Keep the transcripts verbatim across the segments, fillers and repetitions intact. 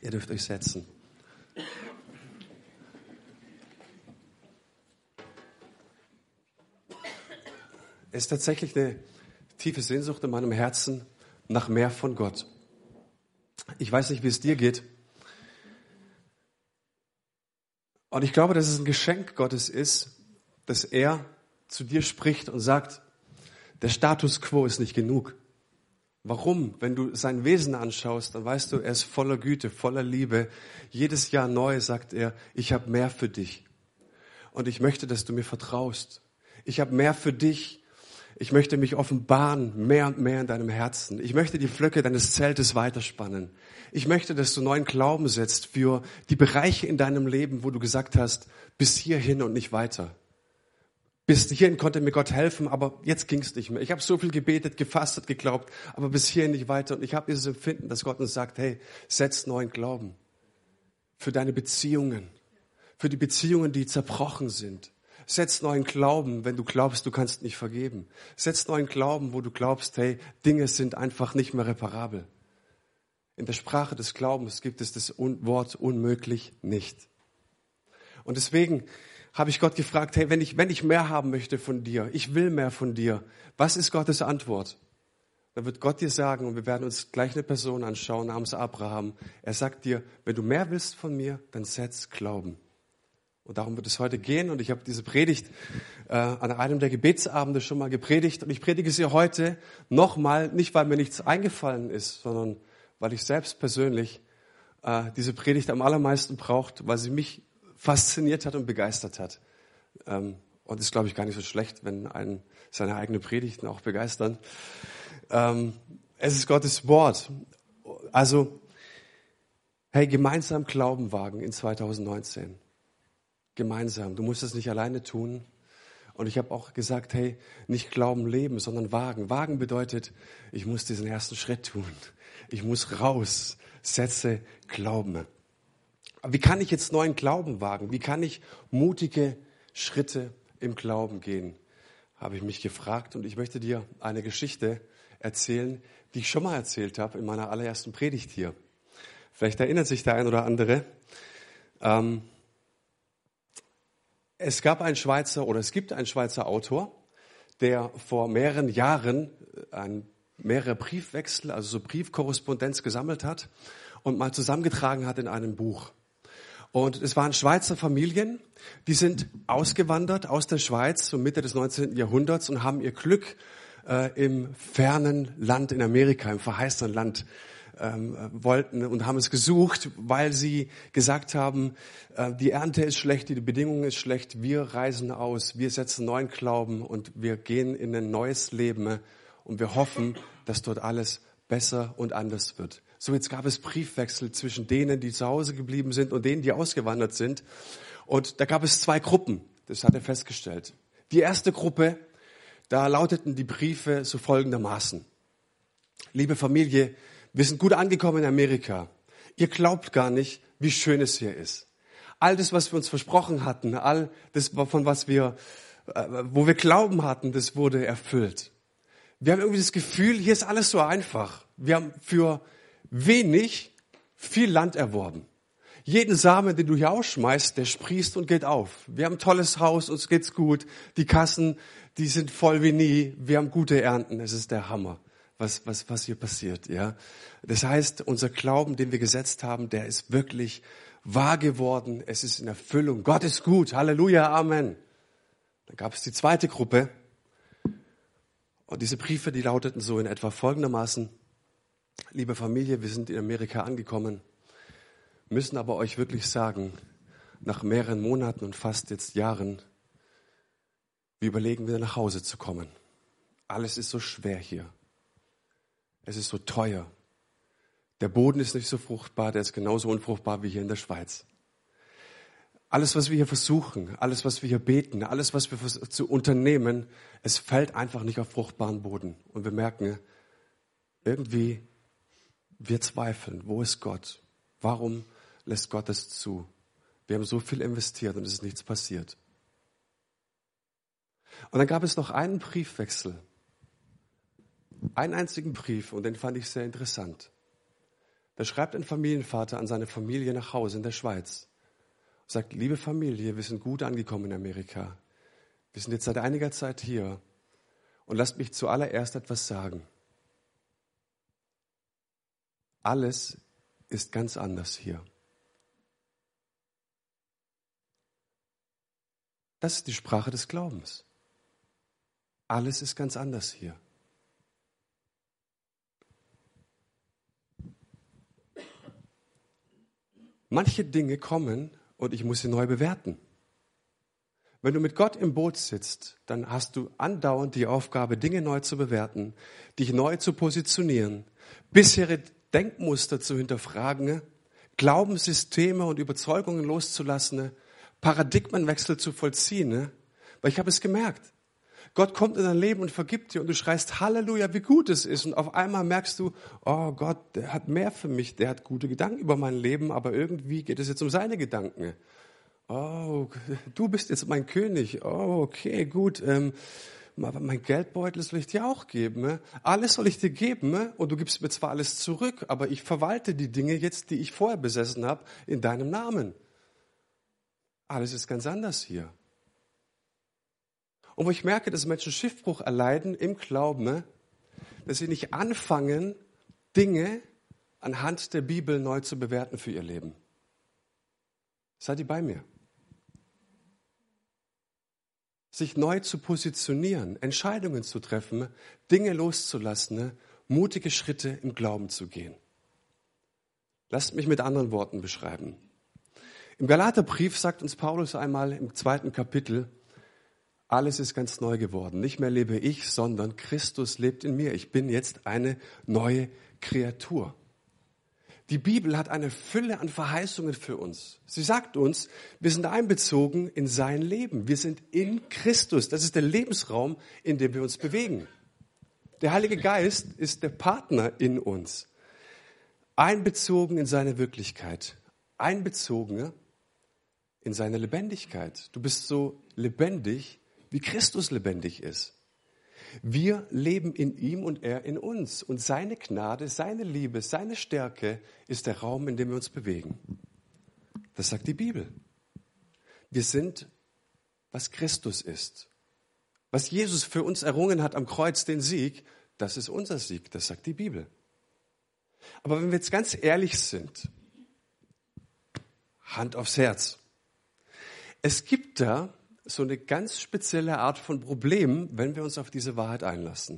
Ihr dürft euch setzen. Es ist tatsächlich eine tiefe Sehnsucht in meinem Herzen nach mehr von Gott. Ich weiß nicht, wie es dir geht. Und ich glaube, dass es ein Geschenk Gottes ist, dass er zu dir spricht und sagt, der Status quo ist nicht genug. Warum? Wenn du sein Wesen anschaust, dann weißt du, er ist voller Güte, voller Liebe. Jedes Jahr neu sagt er, ich habe mehr für dich. Und ich möchte, dass du mir vertraust. Ich habe mehr für dich. Ich möchte mich offenbaren, mehr und mehr in deinem Herzen. Ich möchte die Flöcke deines Zeltes weiterspannen. Ich möchte, dass du neuen Glauben setzt für die Bereiche in deinem Leben, wo du gesagt hast, bis hierhin und nicht weiter. Bis hierhin konnte mir Gott helfen, aber jetzt ging es nicht mehr. Ich habe so viel gebetet, gefastet, geglaubt, aber bis hierhin nicht weiter. Und ich habe dieses Empfinden, dass Gott uns sagt, hey, setz neuen Glauben für deine Beziehungen, für die Beziehungen, die zerbrochen sind. Setz neuen Glauben, wenn du glaubst, du kannst nicht vergeben. Setz neuen Glauben, wo du glaubst, hey, Dinge sind einfach nicht mehr reparabel. In der Sprache des Glaubens gibt es das Wort unmöglich nicht. Und deswegen habe ich Gott gefragt, hey, wenn ich, wenn ich mehr haben möchte von dir, ich will mehr von dir, was ist Gottes Antwort? Dann wird Gott dir sagen, und wir werden uns gleich eine Person anschauen namens Abraham. Er sagt dir, wenn du mehr willst von mir, dann setz Glauben. Und darum wird es heute gehen. Und ich habe diese Predigt äh, an einem der Gebetsabende schon mal gepredigt. Und ich predige sie heute nochmal, nicht weil mir nichts eingefallen ist, sondern weil ich selbst persönlich äh, diese Predigt am allermeisten braucht, weil sie mich fasziniert hat und begeistert hat. Ähm, und ist, glaube ich, gar nicht so schlecht, wenn einen seine eigene Predigten auch begeistern. Ähm, es ist Gottes Wort. Also, hey, gemeinsam Glauben wagen in zwanzig neunzehn. Gemeinsam. Du musst es nicht alleine tun. Und ich habe auch gesagt, hey, nicht Glauben leben, sondern wagen. Wagen bedeutet, ich muss diesen ersten Schritt tun. Ich muss raus. Setze Glauben. Wie kann ich jetzt neuen Glauben wagen? Wie kann ich mutige Schritte im Glauben gehen? Habe ich mich gefragt. Und ich möchte dir eine Geschichte erzählen, die ich schon mal erzählt habe in meiner allerersten Predigt hier. Vielleicht erinnert sich der ein oder andere. Ähm, Es gab einen Schweizer oder es gibt einen Schweizer Autor, der vor mehreren Jahren ein, mehrere Briefwechsel, also so Briefkorrespondenz gesammelt hat und mal zusammengetragen hat in einem Buch. Und es waren Schweizer Familien, die sind ausgewandert aus der Schweiz so Mitte des neunzehnten Jahrhunderts und haben ihr Glück äh, im fernen Land in Amerika, im verheißenen Land Ähm, wollten und haben es gesucht, weil sie gesagt haben, äh, die Ernte ist schlecht, die Bedingungen ist schlecht, wir reisen aus, wir setzen neuen Glauben und wir gehen in ein neues Leben und wir hoffen, dass dort alles besser und anders wird. So, jetzt gab es Briefwechsel zwischen denen, die zu Hause geblieben sind und denen, die ausgewandert sind. Und da gab es zwei Gruppen, das hat er festgestellt. Die erste Gruppe, da lauteten die Briefe so folgendermaßen. Liebe Familie, wir sind gut angekommen in Amerika. Ihr glaubt gar nicht, wie schön es hier ist. All das, was wir uns versprochen hatten, all das, von was wir, wo wir Glauben hatten, das wurde erfüllt. Wir haben irgendwie das Gefühl, hier ist alles so einfach. Wir haben für wenig viel Land erworben. Jeden Samen, den du hier ausschmeißt, der sprießt und geht auf. Wir haben ein tolles Haus, uns geht's gut. Die Kassen, die sind voll wie nie. Wir haben gute Ernten. Es ist der Hammer. Was, was, was hier passiert, ja. Das heißt, unser Glauben, den wir gesetzt haben, der ist wirklich wahr geworden. Es ist in Erfüllung. Gott ist gut. Halleluja. Amen. Dann gab es die zweite Gruppe. Und diese Briefe, die lauteten so in etwa folgendermaßen. Liebe Familie, wir sind in Amerika angekommen, müssen aber euch wirklich sagen, nach mehreren Monaten und fast jetzt Jahren, wir überlegen wieder nach Hause zu kommen. Alles ist so schwer hier. Es ist so teuer. Der Boden ist nicht so fruchtbar, der ist genauso unfruchtbar wie hier in der Schweiz. Alles, was wir hier versuchen, alles, was wir hier beten, alles, was wir zu unternehmen, es fällt einfach nicht auf fruchtbaren Boden. Und wir merken, irgendwie, wir zweifeln, wo ist Gott? Warum lässt Gott es zu? Wir haben so viel investiert und es ist nichts passiert. Und dann gab es noch einen Briefwechsel. Einen einzigen Brief, und den fand ich sehr interessant. Da schreibt ein Familienvater an seine Familie nach Hause in der Schweiz. Sagt, liebe Familie, wir sind gut angekommen in Amerika. Wir sind jetzt seit einiger Zeit hier. Und lasst mich zuallererst etwas sagen. Alles ist ganz anders hier. Das ist die Sprache des Glaubens. Alles ist ganz anders hier. Manche Dinge kommen und ich muss sie neu bewerten. Wenn du mit Gott im Boot sitzt, dann hast du andauernd die Aufgabe, Dinge neu zu bewerten, dich neu zu positionieren, bisherige Denkmuster zu hinterfragen, Glaubenssysteme und Überzeugungen loszulassen, Paradigmenwechsel zu vollziehen. Weil ich habe es gemerkt. Gott kommt in dein Leben und vergibt dir und du schreist Halleluja, wie gut es ist. Und auf einmal merkst du, oh Gott, der hat mehr für mich, der hat gute Gedanken über mein Leben, aber irgendwie geht es jetzt um seine Gedanken. Oh, du bist jetzt mein König. Oh, okay, gut. Ähm, mein Geldbeutel soll ich dir auch geben. Alles soll ich dir geben und du gibst mir zwar alles zurück, aber ich verwalte die Dinge jetzt, die ich vorher besessen habe, in deinem Namen. Alles ist ganz anders hier. Und wo ich merke, dass Menschen Schiffbruch erleiden im Glauben, dass sie nicht anfangen, Dinge anhand der Bibel neu zu bewerten für ihr Leben. Seid ihr bei mir? Sich neu zu positionieren, Entscheidungen zu treffen, Dinge loszulassen, mutige Schritte im Glauben zu gehen. Lasst mich mit anderen Worten beschreiben. Im Galaterbrief sagt uns Paulus einmal im zweiten Kapitel, alles ist ganz neu geworden. Nicht mehr lebe ich, sondern Christus lebt in mir. Ich bin jetzt eine neue Kreatur. Die Bibel hat eine Fülle an Verheißungen für uns. Sie sagt uns, wir sind einbezogen in sein Leben. Wir sind in Christus. Das ist der Lebensraum, in dem wir uns bewegen. Der Heilige Geist ist der Partner in uns. Einbezogen in seine Wirklichkeit. Einbezogen in seine Lebendigkeit. Du bist so lebendig, wie Christus lebendig ist. Wir leben in ihm und er in uns. Und seine Gnade, seine Liebe, seine Stärke ist der Raum, in dem wir uns bewegen. Das sagt die Bibel. Wir sind, was Christus ist. Was Jesus für uns errungen hat am Kreuz, den Sieg, das ist unser Sieg, das sagt die Bibel. Aber wenn wir jetzt ganz ehrlich sind, Hand aufs Herz, es gibt da so eine ganz spezielle Art von Problem, wenn wir uns auf diese Wahrheit einlassen.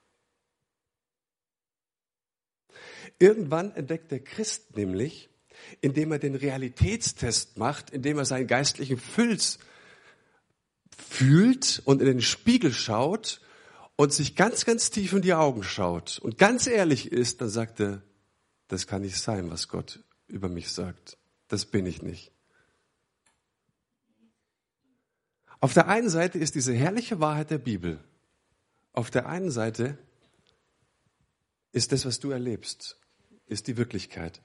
Irgendwann entdeckt der Christ nämlich, indem er den Realitätstest macht, indem er seinen geistlichen Puls fühlt und in den Spiegel schaut und sich ganz, ganz tief in die Augen schaut und ganz ehrlich ist, dann sagt er, das kann nicht sein, was Gott über mich sagt. Das bin ich nicht. Auf der einen Seite ist diese herrliche Wahrheit der Bibel. Auf der einen Seite ist das, was du erlebst, ist die Wirklichkeit.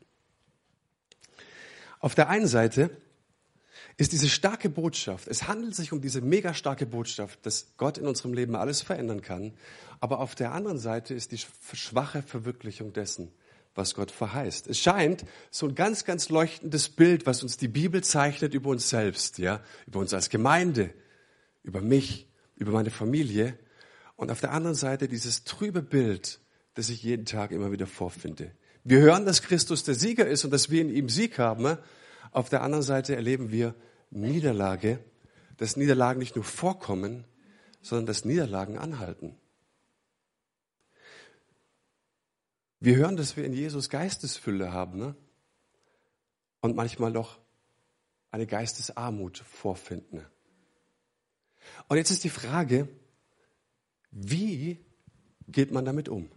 Auf der einen Seite ist diese starke Botschaft, es handelt sich um diese mega starke Botschaft, dass Gott in unserem Leben alles verändern kann. Aber auf der anderen Seite ist die schwache Verwirklichung dessen, was Gott verheißt. Es scheint so ein ganz, ganz leuchtendes Bild, was uns die Bibel zeichnet über uns selbst, ja, über uns als Gemeinde, über mich, über meine Familie. Und auf der anderen Seite dieses trübe Bild, das ich jeden Tag immer wieder vorfinde. Wir hören, dass Christus der Sieger ist und dass wir in ihm Sieg haben. Auf der anderen Seite erleben wir Niederlage, dass Niederlagen nicht nur vorkommen, sondern dass Niederlagen anhalten. Wir hören, dass wir in Jesus Geistesfülle haben, ne? Und manchmal doch eine Geistesarmut vorfinden. Und jetzt ist die Frage, wie geht man damit um?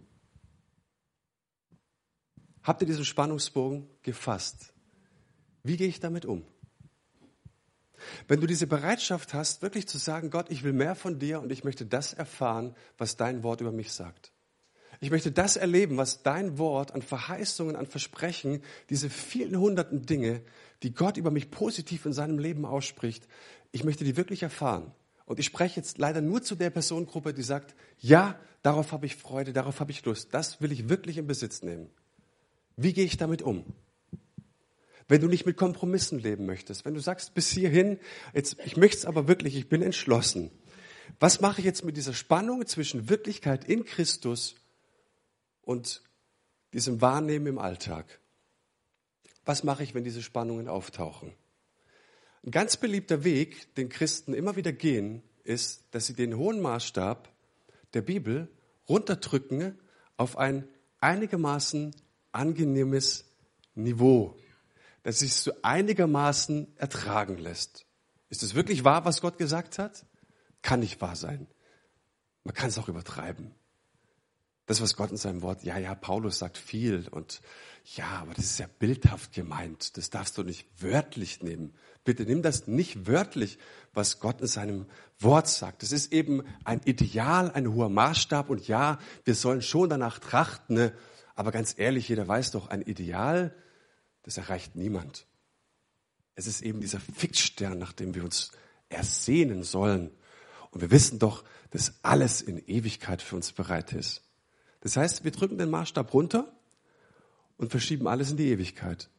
Habt ihr diesen Spannungsbogen gefasst? Wie gehe ich damit um? Wenn du diese Bereitschaft hast, wirklich zu sagen, Gott, ich will mehr von dir und ich möchte das erfahren, was dein Wort über mich sagt. Ich möchte das erleben, was dein Wort an Verheißungen, an Versprechen, diese vielen hunderten Dinge, die Gott über mich positiv in seinem Leben ausspricht, ich möchte die wirklich erfahren. Und ich spreche jetzt leider nur zu der Personengruppe, die sagt, ja, darauf habe ich Freude, darauf habe ich Lust. Das will ich wirklich in Besitz nehmen. Wie gehe ich damit um? Wenn du nicht mit Kompromissen leben möchtest, wenn du sagst, bis hierhin, jetzt, ich möchte es aber wirklich, ich bin entschlossen. Was mache ich jetzt mit dieser Spannung zwischen Wirklichkeit in Christus und diesem Wahrnehmen im Alltag? Was mache ich, wenn diese Spannungen auftauchen? Ein ganz beliebter Weg, den Christen immer wieder gehen, ist, dass sie den hohen Maßstab der Bibel runterdrücken auf ein einigermaßen angenehmes Niveau, dass sich so einigermaßen ertragen lässt. Ist es wirklich wahr, was Gott gesagt hat? Kann nicht wahr sein. Man kann es auch übertreiben. Das, was Gott in seinem Wort, ja, ja, Paulus sagt viel und ja, aber das ist ja bildhaft gemeint. Das darfst du nicht wörtlich nehmen. Bitte nimm das nicht wörtlich, was Gott in seinem Wort sagt. Das ist eben ein Ideal, ein hoher Maßstab und ja, wir sollen schon danach trachten, ne? Aber ganz ehrlich, jeder weiß doch, ein Ideal, das erreicht niemand. Es ist eben dieser Fixstern, nach dem wir uns ersehnen sollen. Und wir wissen doch, dass alles in Ewigkeit für uns bereit ist. Das heißt, wir drücken den Maßstab runter und verschieben alles in die Ewigkeit.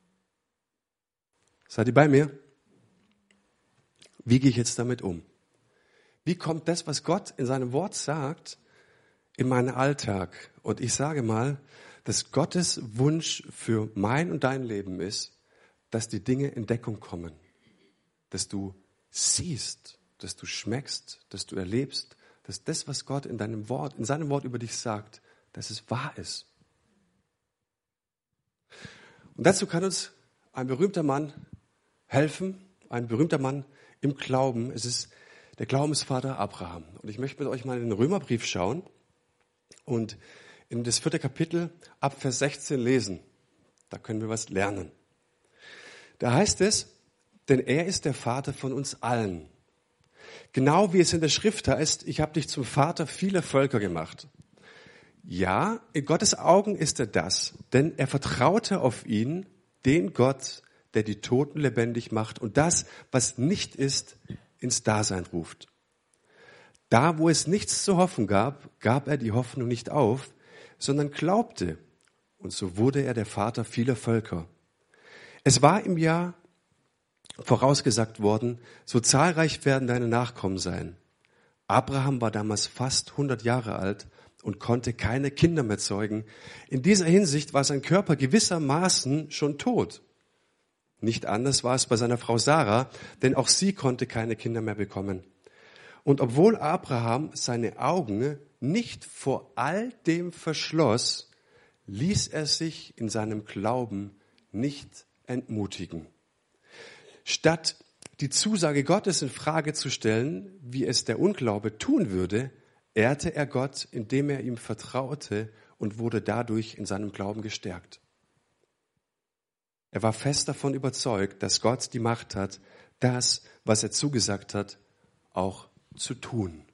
Seid ihr bei mir? Wie gehe ich jetzt damit um? Wie kommt das, was Gott in seinem Wort sagt, in meinen Alltag? Und ich sage mal, dass Gottes Wunsch für mein und dein Leben ist, dass die Dinge in Deckung kommen. Dass du siehst, dass du schmeckst, dass du erlebst, dass das, was Gott in deinem Wort, in seinem Wort über dich sagt, dass es wahr ist. Und dazu kann uns ein berühmter Mann helfen, ein berühmter Mann im Glauben. Es ist der Glaubensvater Abraham. Und ich möchte mit euch mal in den Römerbrief schauen und in das vierte Kapitel ab Vers sechzehn lesen. Da können wir was lernen. Da heißt es, denn er ist der Vater von uns allen. Genau wie es in der Schrift heißt, ich habe dich zum Vater vieler Völker gemacht. Ja, in Gottes Augen ist er das, denn er vertraute auf ihn, den Gott, der die Toten lebendig macht und das, was nicht ist, ins Dasein ruft. Da, wo es nichts zu hoffen gab, gab er die Hoffnung nicht auf, sondern glaubte, und so wurde er der Vater vieler Völker. Es war im Jahr vorausgesagt worden, so zahlreich werden deine Nachkommen sein. Abraham war damals fast hundert Jahre alt und konnte keine Kinder mehr zeugen. In dieser Hinsicht war sein Körper gewissermaßen schon tot. Nicht anders war es bei seiner Frau Sarah, denn auch sie konnte keine Kinder mehr bekommen. Und obwohl Abraham seine Augen nicht vor all dem verschloss, ließ er sich in seinem Glauben nicht entmutigen. Statt die Zusage Gottes in Frage zu stellen, wie es der Unglaube tun würde, ehrte er Gott, indem er ihm vertraute und wurde dadurch in seinem Glauben gestärkt. Er war fest davon überzeugt, dass Gott die Macht hat, das, was er zugesagt hat, auch zu tun.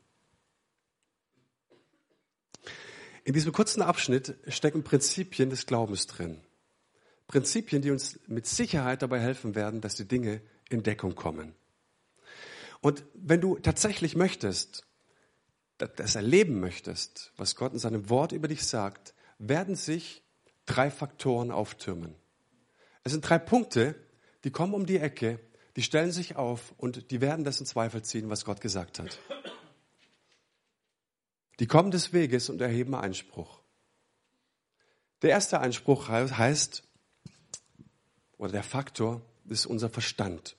In diesem kurzen Abschnitt stecken Prinzipien des Glaubens drin. Prinzipien, die uns mit Sicherheit dabei helfen werden, dass die Dinge in Deckung kommen. Und wenn du tatsächlich möchtest, das erleben möchtest, was Gott in seinem Wort über dich sagt, werden sich drei Faktoren auftürmen. Es sind drei Punkte, die kommen um die Ecke, die stellen sich auf und die werden das in Zweifel ziehen, was Gott gesagt hat. Die kommen des Weges und erheben Einspruch. Der erste Einspruch heißt, oder der Faktor ist unser Verstand.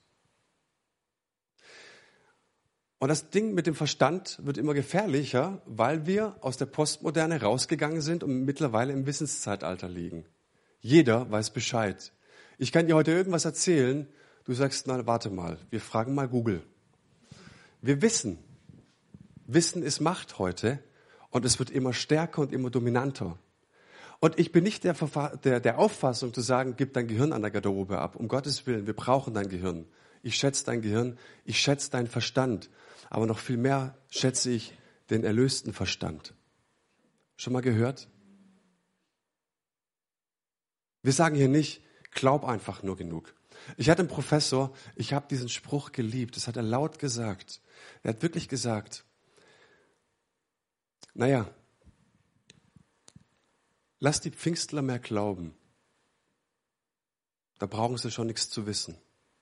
Und das Ding mit dem Verstand wird immer gefährlicher, weil wir aus der Postmoderne rausgegangen sind und mittlerweile im Wissenszeitalter liegen. Jeder weiß Bescheid. Ich kann dir heute irgendwas erzählen, du sagst, na warte mal, wir fragen mal Google. Wir wissen. Wissen ist Macht heute und es wird immer stärker und immer dominanter. Und ich bin nicht der, der, der Auffassung zu sagen, gib dein Gehirn an der Garderobe ab. Um Gottes Willen, wir brauchen dein Gehirn. Ich schätze dein Gehirn, ich schätze deinen Verstand. Aber noch viel mehr schätze ich den erlösten Verstand. Schon mal gehört? Wir sagen hier nicht, glaub einfach nur genug. Ich hatte einen Professor, ich habe diesen Spruch geliebt, das hat er laut gesagt. Er hat wirklich gesagt, naja, lass die Pfingstler mehr glauben, da brauchen sie schon nichts zu wissen.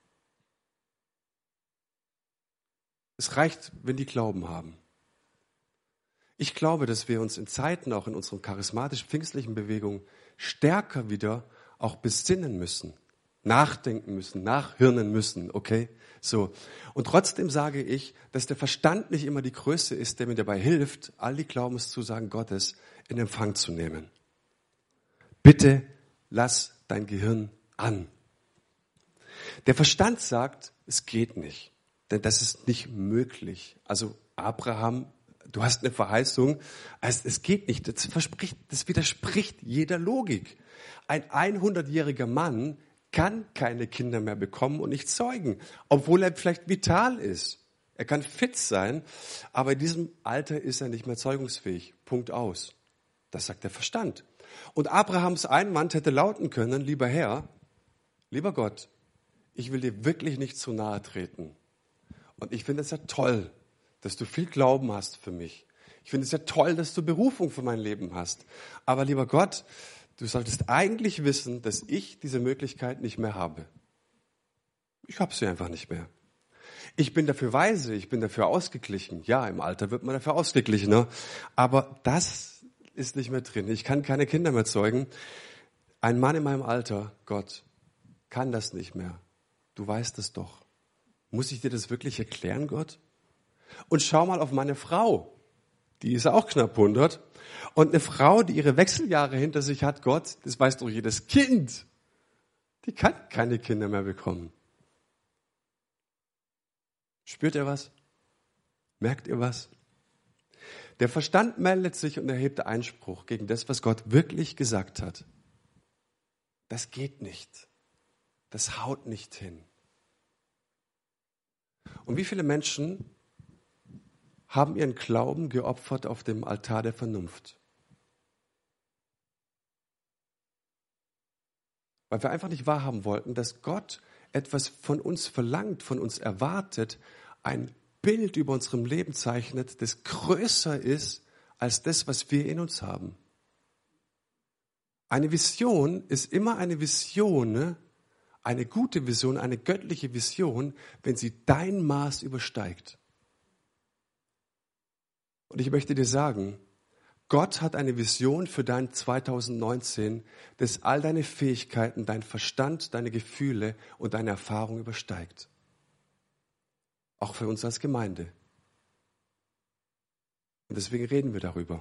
Es reicht, wenn die Glauben haben. Ich glaube, dass wir uns in Zeiten, auch in unserer charismatisch-pfingstlichen Bewegung, stärker wieder auch besinnen müssen, nachdenken müssen, nachhirnen müssen, okay? So. Und trotzdem sage ich, dass der Verstand nicht immer die Größe ist, der mir dabei hilft, all die Glaubenszusagen Gottes in Empfang zu nehmen. Bitte lass dein Gehirn an. Der Verstand sagt, es geht nicht, denn das ist nicht möglich. Also Abraham, du hast eine Verheißung, also es geht nicht, das verspricht, das widerspricht jeder Logik. Ein hundertjähriger Mann kann keine Kinder mehr bekommen und nicht zeugen, obwohl er vielleicht vital ist. Er kann fit sein, aber in diesem Alter ist er nicht mehr zeugungsfähig. Punkt aus. Das sagt der Verstand. Und Abrahams Einwand hätte lauten können, lieber Herr, lieber Gott, ich will dir wirklich nicht zu nahe treten. Und ich finde es ja toll, dass du viel Glauben hast für mich. Ich finde es ja toll, dass du Berufung für mein Leben hast. Aber lieber Gott, du solltest eigentlich wissen, dass ich diese Möglichkeit nicht mehr habe. Ich habe sie einfach nicht mehr. Ich bin dafür weise, ich bin dafür ausgeglichen. Ja, im Alter wird man dafür ausgeglichener. Aber das ist nicht mehr drin. Ich kann keine Kinder mehr zeugen. Ein Mann in meinem Alter, Gott, kann das nicht mehr. Du weißt es doch. Muss ich dir das wirklich erklären, Gott? Und schau mal auf meine Frau. Die ist auch knapp hundert. Und eine Frau, die ihre Wechseljahre hinter sich hat, Gott, das weiß doch jedes Kind. Die kann keine Kinder mehr bekommen. Spürt ihr was? Merkt ihr was? Der Verstand meldet sich und erhebt Einspruch gegen das, was Gott wirklich gesagt hat. Das geht nicht. Das haut nicht hin. Und wie viele Menschen haben ihren Glauben geopfert auf dem Altar der Vernunft? Weil wir einfach nicht wahrhaben wollten, dass Gott etwas von uns verlangt, von uns erwartet, ein Bild über unserem Leben zeichnet, das größer ist als das, was wir in uns haben. Eine Vision ist immer eine Vision, ne? Eine gute Vision, eine göttliche Vision, wenn sie dein Maß übersteigt. Und ich möchte dir sagen, Gott hat eine Vision für dein zwanzig neunzehn, das all deine Fähigkeiten, dein Verstand, deine Gefühle und deine Erfahrung übersteigt. Auch für uns als Gemeinde. Und deswegen reden wir darüber.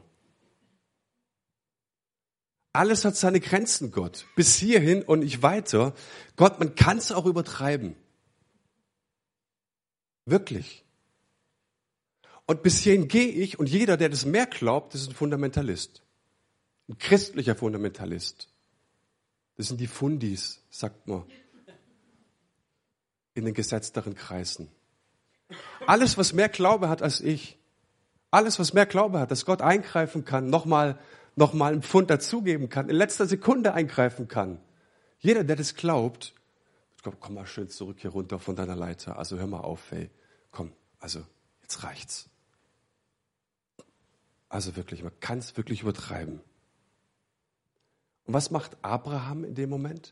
Alles hat seine Grenzen, Gott. Bis hierhin und nicht weiter. Gott, man kann es auch übertreiben. Wirklich. Und bis hierhin gehe ich und jeder, der das mehr glaubt, das ist ein Fundamentalist. Ein christlicher Fundamentalist. Das sind die Fundis, sagt man. In den gesetzteren Kreisen. Alles, was mehr Glaube hat als ich, alles, was mehr Glaube hat, dass Gott eingreifen kann, nochmal noch mal einen Pfund dazugeben kann, in letzter Sekunde eingreifen kann. Jeder, der das glaubt, komm, komm mal schön zurück hier runter von deiner Leiter. Also hör mal auf, ey. Komm, also jetzt reicht's. Also wirklich, man kann es wirklich übertreiben. Und was macht Abraham in dem Moment?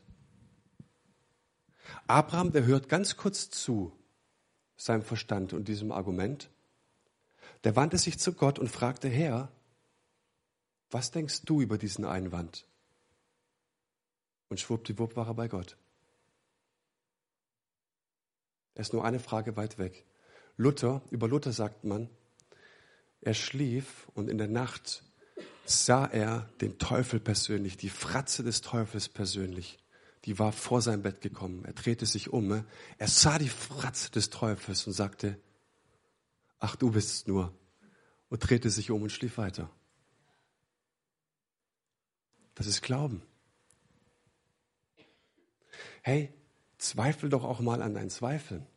Abraham, der hört ganz kurz zu, seinem Verstand und diesem Argument. Der wandte sich zu Gott und fragte, Herr, was denkst du über diesen Einwand? Und schwuppdiwupp war er bei Gott. Er ist nur eine Frage weit weg. Luther, über Luther sagt man, er schlief und in der Nacht sah er den Teufel persönlich, die Fratze des Teufels persönlich. Die war vor sein Bett gekommen. Er drehte sich um. Er sah die Fratze des Teufels und sagte, ach, du bist es nur. Und drehte sich um und schlief weiter. Das ist Glauben. Hey, zweifel doch auch mal an deinen Zweifeln.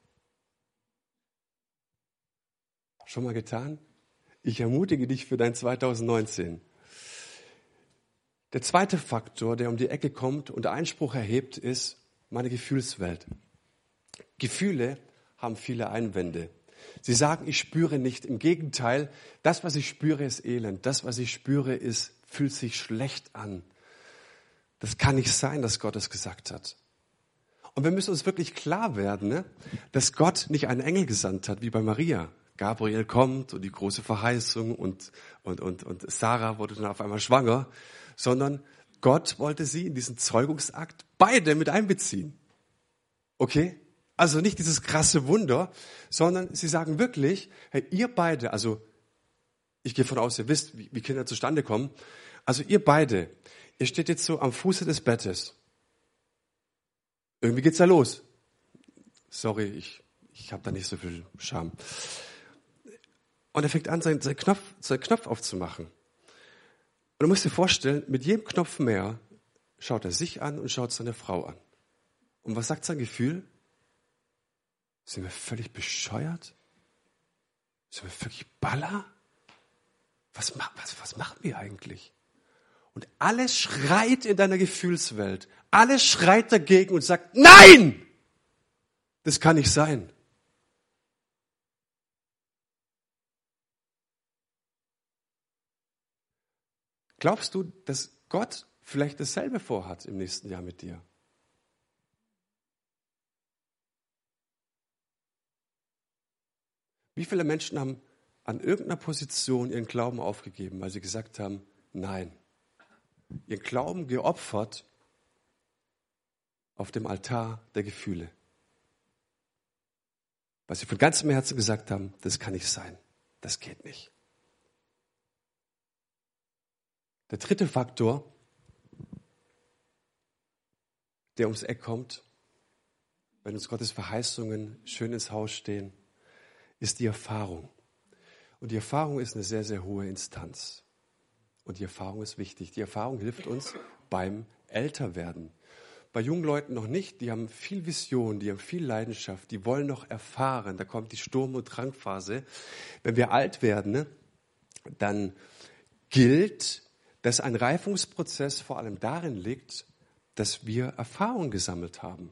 Schon mal getan? Ich ermutige dich für dein zwanzig neunzehn. Der zweite Faktor, der um die Ecke kommt und Einspruch erhebt, ist meine Gefühlswelt. Gefühle haben viele Einwände. Sie sagen, ich spüre nicht. Im Gegenteil, das, was ich spüre, ist Elend. Das, was ich spüre, ist, fühlt sich schlecht an. Das kann nicht sein, dass Gott es gesagt hat. Und wir müssen uns wirklich klar werden, ne, dass Gott nicht einen Engel gesandt hat, wie bei Maria. Gabriel kommt und die große Verheißung und, und, und, und Sarah wurde dann auf einmal schwanger, sondern Gott wollte sie in diesen Zeugungsakt beide mit einbeziehen. Okay? Also nicht dieses krasse Wunder, sondern sie sagen wirklich, hey, ihr beide, also ich gehe von aus, ihr wisst, wie, wie Kinder zustande kommen, also ihr beide, ihr steht jetzt so am Fuße des Bettes. Irgendwie geht's da los. Sorry, ich, ich habe da nicht so viel Scham. Und er fängt an, seinen, seinen, Knopf, seinen Knopf aufzumachen. Und du musst dir vorstellen, mit jedem Knopf mehr schaut er sich an und schaut seine Frau an. Und was sagt sein Gefühl? Sind wir völlig bescheuert? Sind wir wirklich Baller? Was, was, was machen wir eigentlich? Und alles schreit in deiner Gefühlswelt. Alles schreit dagegen und sagt, nein! Das kann nicht sein. Glaubst du, dass Gott vielleicht dasselbe vorhat im nächsten Jahr mit dir? Wie viele Menschen haben an irgendeiner Position ihren Glauben aufgegeben, weil sie gesagt haben, nein. Ihren Glauben geopfert auf dem Altar der Gefühle. Weil sie von ganzem Herzen gesagt haben, das kann nicht sein, das geht nicht. Der dritte Faktor, der ums Eck kommt, wenn uns Gottes Verheißungen schön ins Haus stehen, ist die Erfahrung. Und die Erfahrung ist eine sehr, sehr hohe Instanz. Und die Erfahrung ist wichtig. Die Erfahrung hilft uns beim Älterwerden. Bei jungen Leuten noch nicht, die haben viel Vision, die haben viel Leidenschaft, die wollen noch erfahren. Da kommt die Sturm- und Drangphase. Wenn wir alt werden, ne, dann gilt, dass ein Reifungsprozess vor allem darin liegt, dass wir Erfahrung gesammelt haben.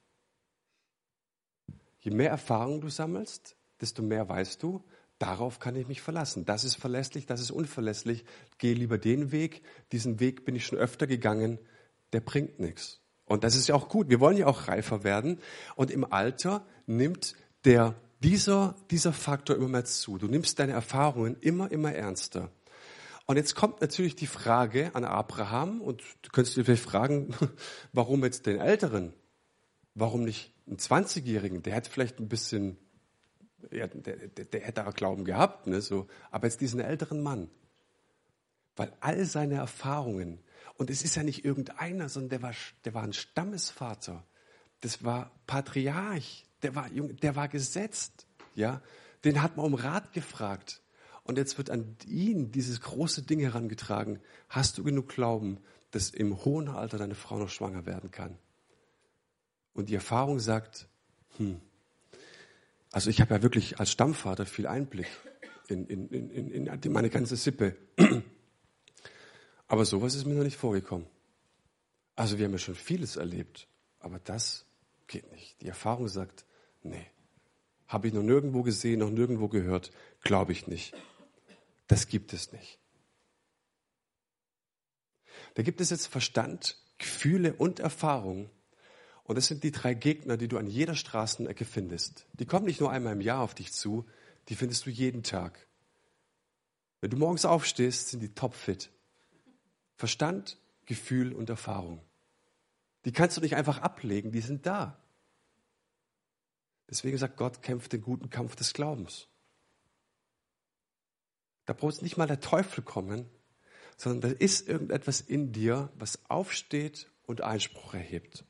Je mehr Erfahrung du sammelst, desto mehr weißt du, darauf kann ich mich verlassen. Das ist verlässlich, das ist unverlässlich. Gehe lieber den Weg. Diesen Weg bin ich schon öfter gegangen. Der bringt nichts. Und das ist ja auch gut. Wir wollen ja auch reifer werden. Und im Alter nimmt der, dieser, dieser Faktor immer mehr zu. Du nimmst deine Erfahrungen immer, immer ernster. Und jetzt kommt natürlich die Frage an Abraham. Und du könntest dir vielleicht fragen, warum jetzt den Älteren? Warum nicht einen zwanzigjährigen? Der hat vielleicht ein bisschen... Ja, der, der, der hätte auch Glauben gehabt, ne, so. Aber jetzt diesen älteren Mann, weil all seine Erfahrungen, und es ist ja nicht irgendeiner, sondern der war, der war ein Stammesvater, das war Patriarch, der war jung, der war gesetzt, ja, den hat man um Rat gefragt. Und jetzt wird an ihn dieses große Ding herangetragen. Hast du genug Glauben, dass im hohen Alter deine Frau noch schwanger werden kann? Und die Erfahrung sagt, hm, also ich habe ja wirklich als Stammvater viel Einblick in, in, in, in meine ganze Sippe. Aber sowas ist mir noch nicht vorgekommen. Also wir haben ja schon vieles erlebt, aber das geht nicht. Die Erfahrung sagt, nee, habe ich noch nirgendwo gesehen, noch nirgendwo gehört, glaube ich nicht. Das gibt es nicht. Da gibt es jetzt Verstand, Gefühle und Erfahrung. Und das sind die drei Gegner, die du an jeder Straßenecke findest. Die kommen nicht nur einmal im Jahr auf dich zu, die findest du jeden Tag. Wenn du morgens aufstehst, sind die topfit. Verstand, Gefühl und Erfahrung. Die kannst du nicht einfach ablegen, die sind da. Deswegen sagt Gott, kämpft den guten Kampf des Glaubens. Da braucht nicht mal der Teufel kommen, sondern da ist irgendetwas in dir, was aufsteht und Einspruch erhebt.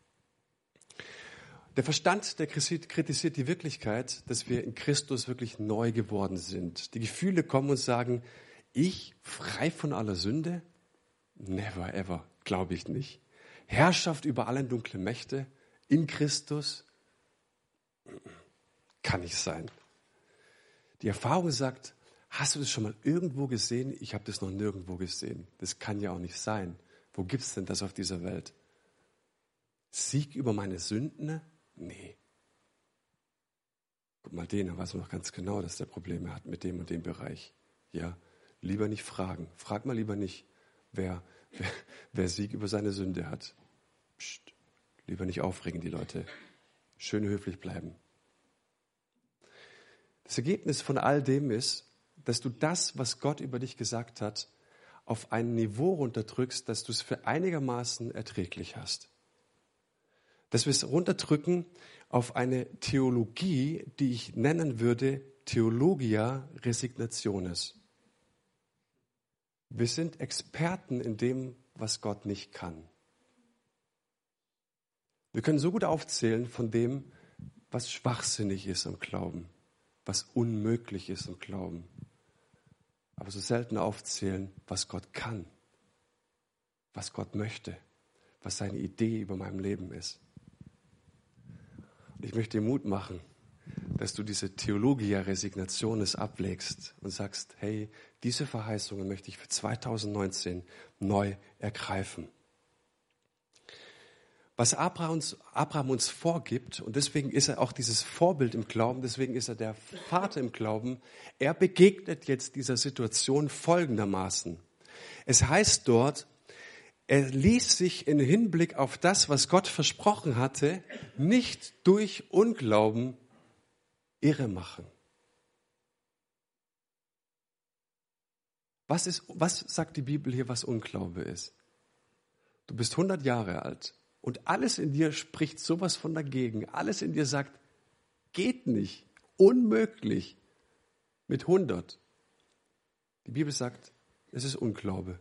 Der Verstand, der kritisiert die Wirklichkeit, dass wir in Christus wirklich neu geworden sind. Die Gefühle kommen und sagen, ich frei von aller Sünde? Never ever, glaube ich nicht. Herrschaft über alle dunklen Mächte in Christus? Kann nicht sein. Die Erfahrung sagt, hast du das schon mal irgendwo gesehen? Ich habe das noch nirgendwo gesehen. Das kann ja auch nicht sein. Wo gibt es denn das auf dieser Welt? Sieg über meine Sünden? Nee. Guck mal, den, da weiß man noch ganz genau, dass der Probleme hat mit dem und dem Bereich. Ja, lieber nicht fragen. Frag mal lieber nicht, wer, wer, wer Sieg über seine Sünde hat. Psst, Lieber nicht aufregen, die Leute. Schön höflich bleiben. Das Ergebnis von all dem ist, dass du das, was Gott über dich gesagt hat, auf ein Niveau runterdrückst, dass du es für einigermaßen erträglich hast. Dass wir es runterdrücken auf eine Theologie, die ich nennen würde Theologia Resignationis. Wir sind Experten in dem, was Gott nicht kann. Wir können so gut aufzählen von dem, was schwachsinnig ist im Glauben, was unmöglich ist im Glauben. Aber so selten aufzählen, was Gott kann, was Gott möchte, was seine Idee über meinem Leben ist. Und ich möchte dir Mut machen, dass du diese Theologia Resignationis ablegst und sagst, hey, diese Verheißungen möchte ich für zweitausendneunzehn neu ergreifen. Was Abraham uns, Abraham uns vorgibt, und deswegen ist er auch dieses Vorbild im Glauben, deswegen ist er der Vater im Glauben, er begegnet jetzt dieser Situation folgendermaßen. Es heißt dort, er ließ sich in Hinblick auf das, was Gott versprochen hatte, nicht durch Unglauben irre machen. Was ist, was sagt die Bibel hier, was Unglaube ist? Du bist hundert Jahre alt. Und alles in dir spricht sowas von dagegen. Alles in dir sagt, geht nicht, unmöglich. Mit hundert. Die Bibel sagt, es ist Unglaube.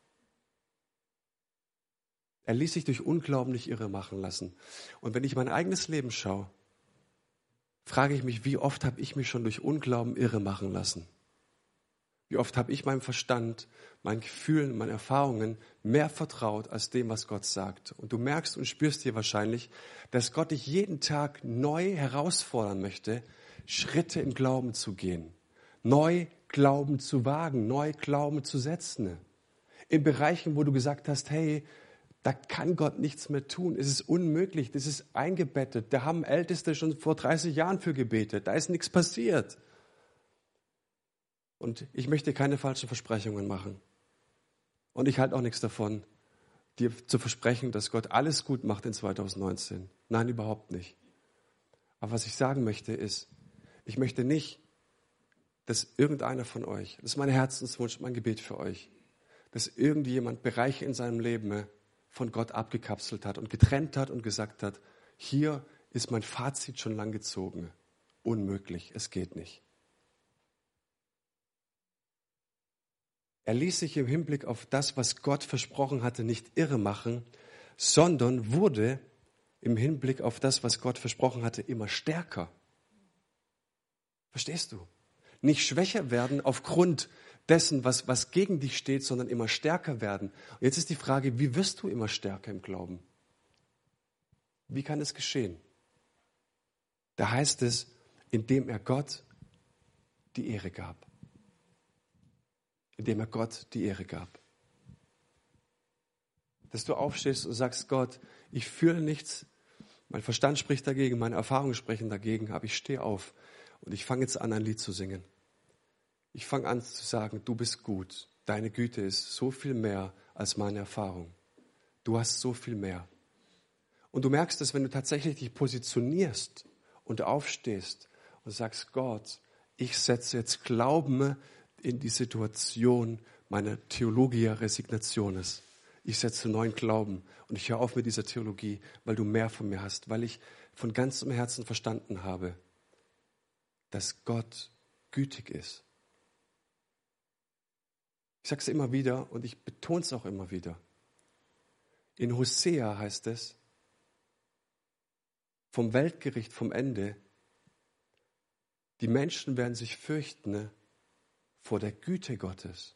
Er ließ sich durch Unglauben nicht irre machen lassen. Und wenn ich mein eigenes Leben schaue, frage ich mich, wie oft habe ich mich schon durch Unglauben irre machen lassen? Wie oft habe ich meinem Verstand, meinen Gefühlen, meinen Erfahrungen mehr vertraut als dem, was Gott sagt. Und du merkst und spürst hier wahrscheinlich, dass Gott dich jeden Tag neu herausfordern möchte, Schritte im Glauben zu gehen, neu Glauben zu wagen, neu Glauben zu setzen. In Bereichen, wo du gesagt hast, hey, da kann Gott nichts mehr tun, es ist unmöglich, das ist eingebettet, da haben Älteste schon vor dreißig Jahren für gebetet, da ist nichts passiert. Und ich möchte keine falschen Versprechungen machen. Und ich halte auch nichts davon, dir zu versprechen, dass Gott alles gut macht in zweitausendneunzehn. Nein, überhaupt nicht. Aber was ich sagen möchte ist, ich möchte nicht, dass irgendeiner von euch, das ist mein Herzenswunsch, mein Gebet für euch, dass irgendjemand Bereiche in seinem Leben von Gott abgekapselt hat und getrennt hat und gesagt hat, hier ist mein Fazit schon lang gezogen. Unmöglich, es geht nicht. Er ließ sich im Hinblick auf das, was Gott versprochen hatte, nicht irre machen, sondern wurde im Hinblick auf das, was Gott versprochen hatte, immer stärker. Verstehst du? Nicht schwächer werden aufgrund dessen, was, was gegen dich steht, sondern immer stärker werden. Und jetzt ist die Frage, wie wirst du immer stärker im Glauben? Wie kann es geschehen? Da heißt es, indem er Gott die Ehre gab. Indem er Gott die Ehre gab. Dass du aufstehst und sagst, Gott, ich fühle nichts, mein Verstand spricht dagegen, meine Erfahrungen sprechen dagegen, aber ich stehe auf und ich fange jetzt an, ein Lied zu singen. Ich fange an zu sagen, du bist gut, deine Güte ist so viel mehr als meine Erfahrung. Du hast so viel mehr. Und du merkst es, wenn du tatsächlich dich positionierst und aufstehst und sagst, Gott, ich setze jetzt Glauben in die Situation meiner Theologia Resignationis. Ich setze neuen Glauben und ich höre auf mit dieser Theologie, weil du mehr von mir hast, weil ich von ganzem Herzen verstanden habe, dass Gott gütig ist. Ich sage es immer wieder und ich betone es auch immer wieder. In Hosea heißt es, vom Weltgericht, vom Ende, die Menschen werden sich fürchten vor der Güte Gottes.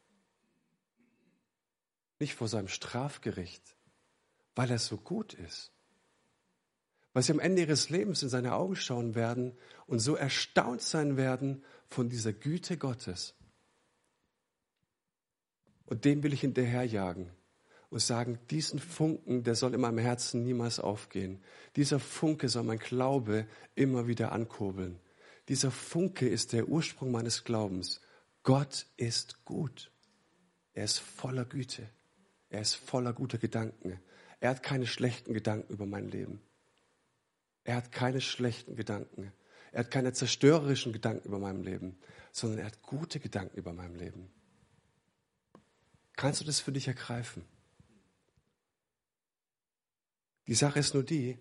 Nicht vor seinem Strafgericht, weil er so gut ist. Weil sie am Ende ihres Lebens in seine Augen schauen werden und so erstaunt sein werden von dieser Güte Gottes. Und dem will ich hinterherjagen und sagen, diesen Funken, der soll in meinem Herzen niemals aufgehen. Dieser Funke soll mein Glaube immer wieder ankurbeln. Dieser Funke ist der Ursprung meines Glaubens. Gott ist gut. Er ist voller Güte. Er ist voller guter Gedanken. Er hat keine schlechten Gedanken über mein Leben. Er hat keine schlechten Gedanken. Er hat keine zerstörerischen Gedanken über mein Leben, sondern er hat gute Gedanken über mein Leben. Kannst du das für dich ergreifen? Die Sache ist nur die,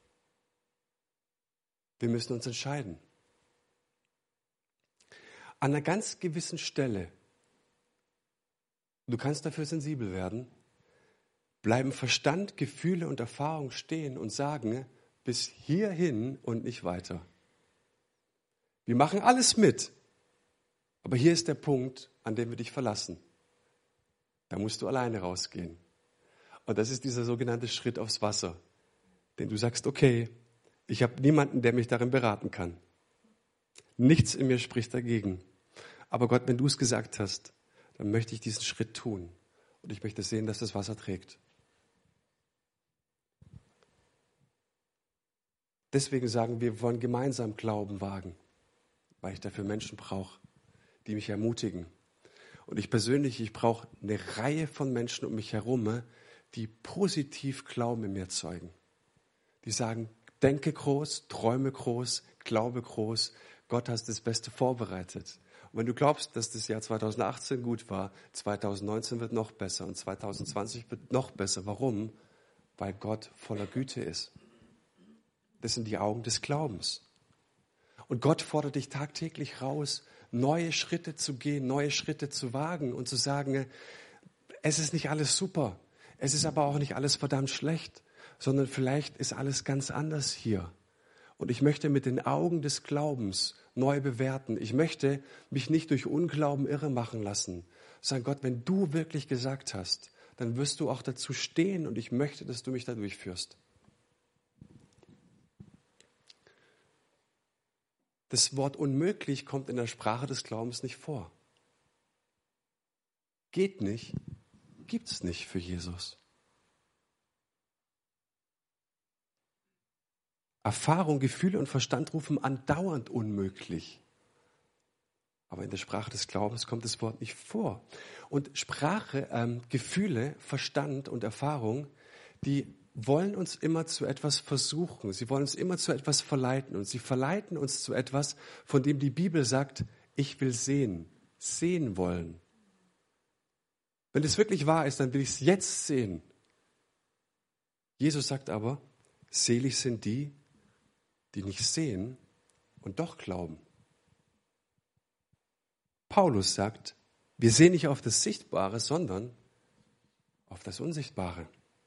wir müssen uns entscheiden. An einer ganz gewissen Stelle, du kannst dafür sensibel werden, bleiben Verstand, Gefühle und Erfahrung stehen und sagen, bis hierhin und nicht weiter. Wir machen alles mit, aber hier ist der Punkt, an dem wir dich verlassen. Da musst du alleine rausgehen. Und das ist dieser sogenannte Schritt aufs Wasser, den du sagst, okay, ich habe niemanden, der mich darin beraten kann. Nichts in mir spricht dagegen. Aber Gott, wenn du es gesagt hast, dann möchte ich diesen Schritt tun. Und ich möchte sehen, dass das Wasser trägt. Deswegen sagen wir, wir wollen gemeinsam Glauben wagen, weil ich dafür Menschen brauche, die mich ermutigen. Und ich persönlich, ich brauche eine Reihe von Menschen um mich herum, die positiv Glauben in mir zeugen. Die sagen, denke groß, träume groß, glaube groß, Gott hat das Beste vorbereitet. Und wenn du glaubst, dass das Jahr zwanzig achtzehn gut war, zwanzig neunzehn wird noch besser und zwanzig zwanzig wird noch besser. Warum? Weil Gott voller Güte ist. Das sind die Augen des Glaubens. Und Gott fordert dich tagtäglich raus, neue Schritte zu gehen, neue Schritte zu wagen und zu sagen, es ist nicht alles super, es ist aber auch nicht alles verdammt schlecht, sondern vielleicht ist alles ganz anders hier. Und ich möchte mit den Augen des Glaubens neu bewerten. Ich möchte mich nicht durch Unglauben irre machen lassen. Sagen, Gott, wenn du wirklich gesagt hast, dann wirst du auch dazu stehen und ich möchte, dass du mich da durchführst. Das Wort unmöglich kommt in der Sprache des Glaubens nicht vor. Geht nicht, gibt's nicht für Jesus. Erfahrung, Gefühle und Verstand rufen andauernd unmöglich. Aber in der Sprache des Glaubens kommt das Wort nicht vor. Und Sprache, ähm, Gefühle, Verstand und Erfahrung, die wollen uns immer zu etwas versuchen. Sie wollen uns immer zu etwas verleiten. Und sie verleiten uns zu etwas, von dem die Bibel sagt, ich will sehen, sehen wollen. Wenn es wirklich wahr ist, dann will ich es jetzt sehen. Jesus sagt aber, selig sind die, die nicht sehen und doch glauben. Paulus sagt, wir sehen nicht auf das Sichtbare, sondern auf das Unsichtbare.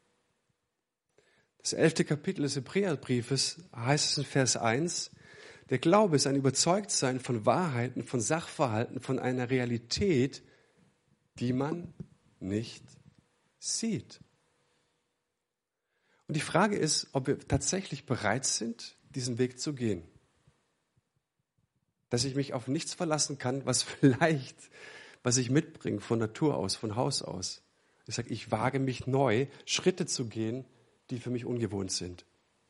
Das elfte Kapitel des Hebräerbriefes heißt es in Vers eins, der Glaube ist ein Überzeugtsein von Wahrheiten, von Sachverhalten, von einer Realität, die man nicht sieht. Und die Frage ist, ob wir tatsächlich bereit sind, diesen Weg zu gehen. Dass ich mich auf nichts verlassen kann, was vielleicht, was ich mitbringe von Natur aus, von Haus aus. Ich sage, ich wage mich neu, Schritte zu gehen, die für mich ungewohnt sind.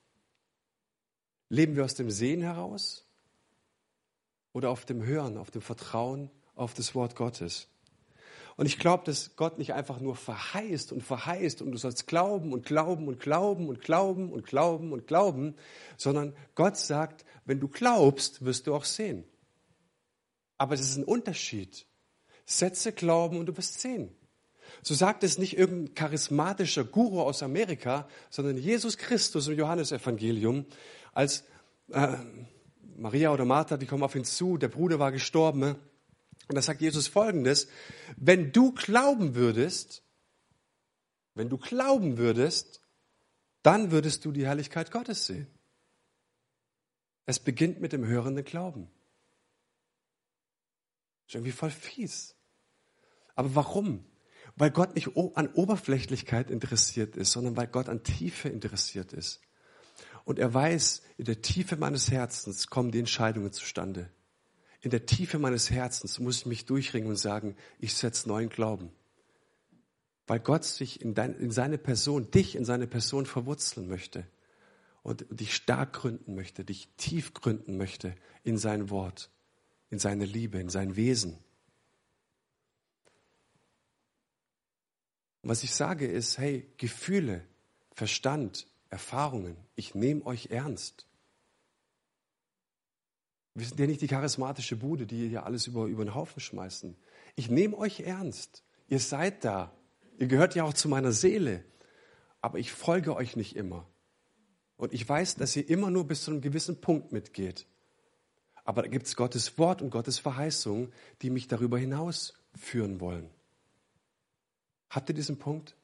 Leben wir aus dem Sehen heraus oder auf dem Hören, auf dem Vertrauen auf das Wort Gottes? Und ich glaube, dass Gott nicht einfach nur verheißt und verheißt und du sollst glauben und glauben und glauben und glauben und glauben und glauben, sondern Gott sagt, wenn du glaubst, wirst du auch sehen. Aber es ist ein Unterschied. Setze Glauben und du wirst sehen. So sagt es nicht irgendein charismatischer Guru aus Amerika, sondern Jesus Christus im Johannesevangelium, als äh, Maria oder Martha, die kommen auf ihn zu, der Bruder war gestorben. Und da sagt Jesus Folgendes, wenn du glauben würdest, wenn du glauben würdest, dann würdest du die Herrlichkeit Gottes sehen. Es beginnt mit dem hörenden Glauben. Ist irgendwie voll fies. Aber warum? Weil Gott nicht an Oberflächlichkeit interessiert ist, sondern weil Gott an Tiefe interessiert ist. Und er weiß, in der Tiefe meines Herzens kommen die Entscheidungen zustande. In der Tiefe meines Herzens muss ich mich durchringen und sagen, ich setze neuen Glauben. Weil Gott sich in, dein, in seine Person, dich in seine Person verwurzeln möchte und dich stark gründen möchte, dich tief gründen möchte in sein Wort, in seine Liebe, in sein Wesen. Und was ich sage ist, hey, Gefühle, Verstand, Erfahrungen. Ich nehme euch ernst. Wir sind ja nicht die charismatische Bude, die hier alles über, über den Haufen schmeißen. Ich nehme euch ernst. Ihr seid da. Ihr gehört ja auch zu meiner Seele. Aber ich folge euch nicht immer. Und ich weiß, dass ihr immer nur bis zu einem gewissen Punkt mitgeht. Aber da gibt es Gottes Wort und Gottes Verheißung, die mich darüber hinaus führen wollen. Habt ihr diesen Punkt?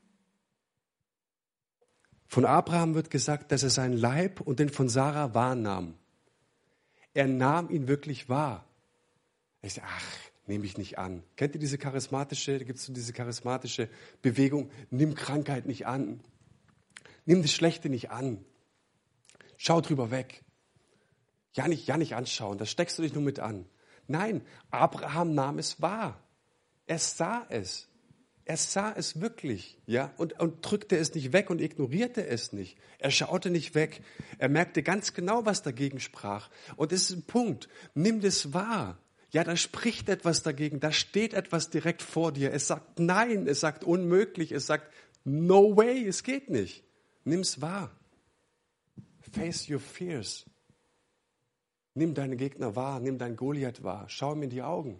Von Abraham wird gesagt, dass er seinen Leib und den von Sarah wahrnahm. Er nahm ihn wirklich wahr. Ich sage, ach, nehme ich nicht an. Kennt ihr diese charismatische, da gibt es so diese charismatische Bewegung, nimm Krankheit nicht an. Nimm das Schlechte nicht an. Schau drüber weg. Ja nicht, ja nicht anschauen, da steckst du dich nur mit an. Nein, Abraham nahm es wahr. Er sah es. Er sah es wirklich, ja, und, und drückte es nicht weg und ignorierte es nicht. Er schaute nicht weg. Er merkte ganz genau, was dagegen sprach. Und das ist ein Punkt. Nimm das wahr. Ja, da spricht etwas dagegen. Da steht etwas direkt vor dir. Es sagt nein, es sagt unmöglich, es sagt no way, es geht nicht. Nimm's wahr. Face your fears. Nimm deine Gegner wahr, nimm deinen Goliath wahr. Schau ihm in die Augen.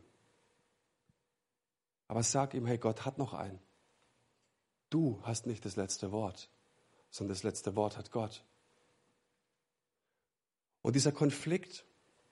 Aber sag ihm, hey, Gott hat noch einen. Du hast nicht das letzte Wort, sondern das letzte Wort hat Gott. Und dieser Konflikt,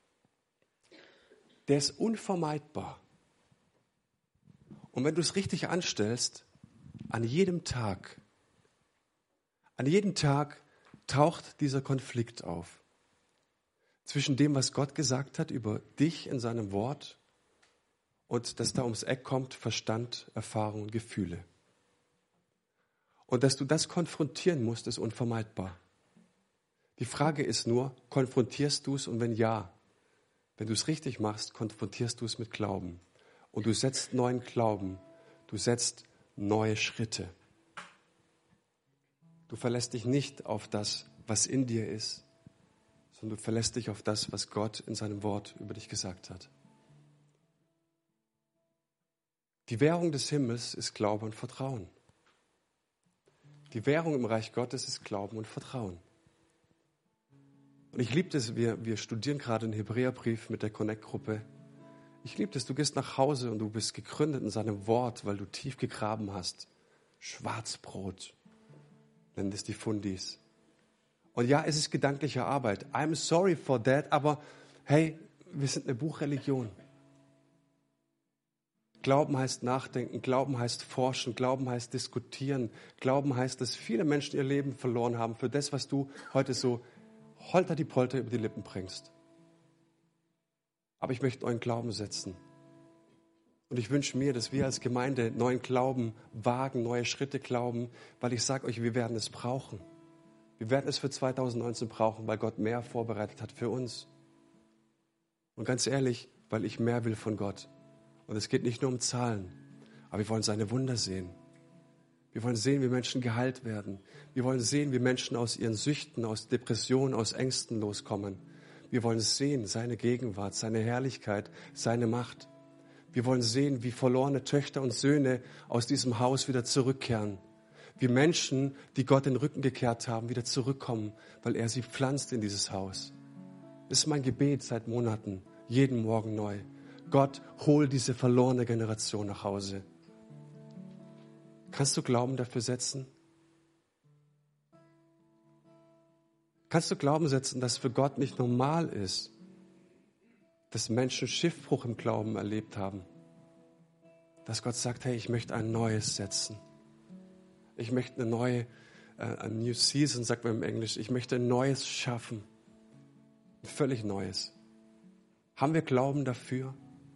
der ist unvermeidbar. Und wenn du es richtig anstellst, an jedem Tag, an jedem Tag taucht dieser Konflikt auf. Zwischen dem, was Gott gesagt hat über dich in seinem Wort und dass da ums Eck kommt Verstand, Erfahrung und Gefühle. Und dass du das konfrontieren musst, ist unvermeidbar. Die Frage ist nur, konfrontierst du es und wenn ja, wenn du es richtig machst, konfrontierst du es mit Glauben. Und du setzt neuen Glauben, du setzt neue Schritte. Du verlässt dich nicht auf das, was in dir ist, sondern du verlässt dich auf das, was Gott in seinem Wort über dich gesagt hat. Die Währung des Himmels ist Glaube und Vertrauen. Die Währung im Reich Gottes ist Glauben und Vertrauen. Und ich liebe das, wir, wir studieren gerade den Hebräerbrief mit der Connect-Gruppe. Ich liebe das, du gehst nach Hause und du bist gegründet in seinem Wort, weil du tief gegraben hast. Schwarzbrot, nennen das die Fundis. Und ja, es ist gedankliche Arbeit. I'm sorry for that, aber hey, wir sind eine Buchreligion. Glauben heißt nachdenken, Glauben heißt forschen, Glauben heißt diskutieren, Glauben heißt, dass viele Menschen ihr Leben verloren haben für das, was du heute so holter die Polter über die Lippen bringst. Aber ich möchte neuen Glauben setzen. Und ich wünsche mir, dass wir als Gemeinde neuen Glauben wagen, neue Schritte glauben, weil ich sage euch, wir werden es brauchen. Wir werden es für zweitausendneunzehn brauchen, weil Gott mehr vorbereitet hat für uns. Und ganz ehrlich, weil ich mehr will von Gott. Und es geht nicht nur um Zahlen, aber wir wollen seine Wunder sehen. Wir wollen sehen, wie Menschen geheilt werden. Wir wollen sehen, wie Menschen aus ihren Süchten, aus Depressionen, aus Ängsten loskommen. Wir wollen sehen, seine Gegenwart, seine Herrlichkeit, seine Macht. Wir wollen sehen, wie verlorene Töchter und Söhne aus diesem Haus wieder zurückkehren. Wie Menschen, die Gott den Rücken gekehrt haben, wieder zurückkommen, weil er sie pflanzt in dieses Haus. Das ist mein Gebet seit Monaten, jeden Morgen neu. Gott, hol diese verlorene Generation nach Hause. Kannst du Glauben dafür setzen? Kannst du Glauben setzen, dass für Gott nicht normal ist, dass Menschen Schiffbruch im Glauben erlebt haben? Dass Gott sagt, hey, ich möchte ein Neues setzen. Ich möchte eine neue, äh, a new season, sagt man im Englisch. Ich möchte ein Neues schaffen. Ein völlig Neues. Haben wir Glauben dafür?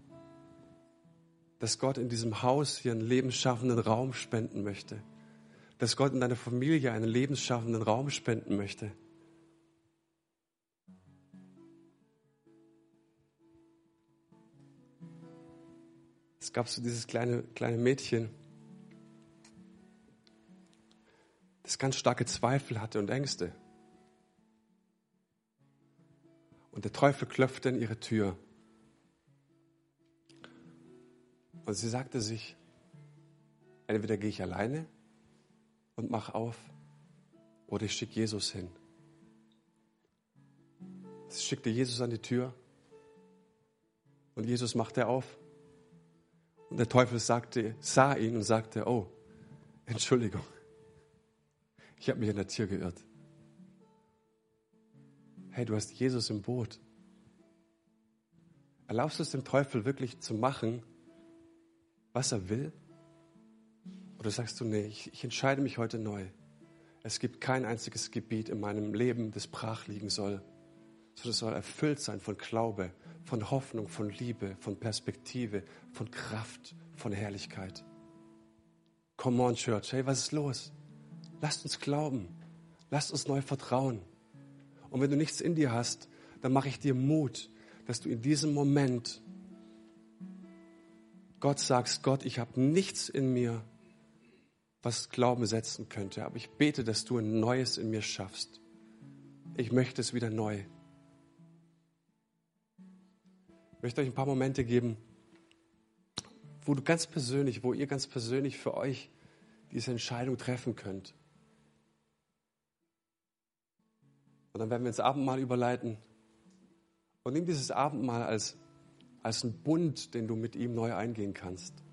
Dass Gott in diesem Haus hier einen lebensschaffenden Raum spenden möchte. Dass Gott in deiner Familie einen lebensschaffenden Raum spenden möchte. Es gab so dieses kleine, kleine Mädchen, das ganz starke Zweifel hatte und Ängste. Und der Teufel klopfte in ihre Tür. Und sie sagte sich, entweder gehe ich alleine und mach auf, oder ich schicke Jesus hin. Sie schickte Jesus an die Tür und Jesus machte auf. Und der Teufel sagte, sah ihn und sagte, oh, Entschuldigung, ich habe mich an der Tür geirrt. Hey, du hast Jesus im Boot. Erlaubst du es dem Teufel wirklich zu machen, was er will? Oder sagst du, nee, ich, ich entscheide mich heute neu. Es gibt kein einziges Gebiet in meinem Leben, das brach liegen soll, sondern es soll erfüllt sein von Glaube, von Hoffnung, von Liebe, von Perspektive, von Kraft, von Herrlichkeit. Come on, Church. Hey, was ist los? Lasst uns glauben. Lasst uns neu vertrauen. Und wenn du nichts in dir hast, dann mache ich dir Mut, dass du in diesem Moment Gott sagst, Gott, ich habe nichts in mir, was Glauben setzen könnte. Aber ich bete, dass du ein Neues in mir schaffst. Ich möchte es wieder neu. Ich möchte euch ein paar Momente geben, wo du ganz persönlich, wo ihr ganz persönlich für euch diese Entscheidung treffen könnt. Und dann werden wir ins Abendmahl überleiten. Und nimm dieses Abendmahl als, als einen Bund, den du mit ihm neu eingehen kannst.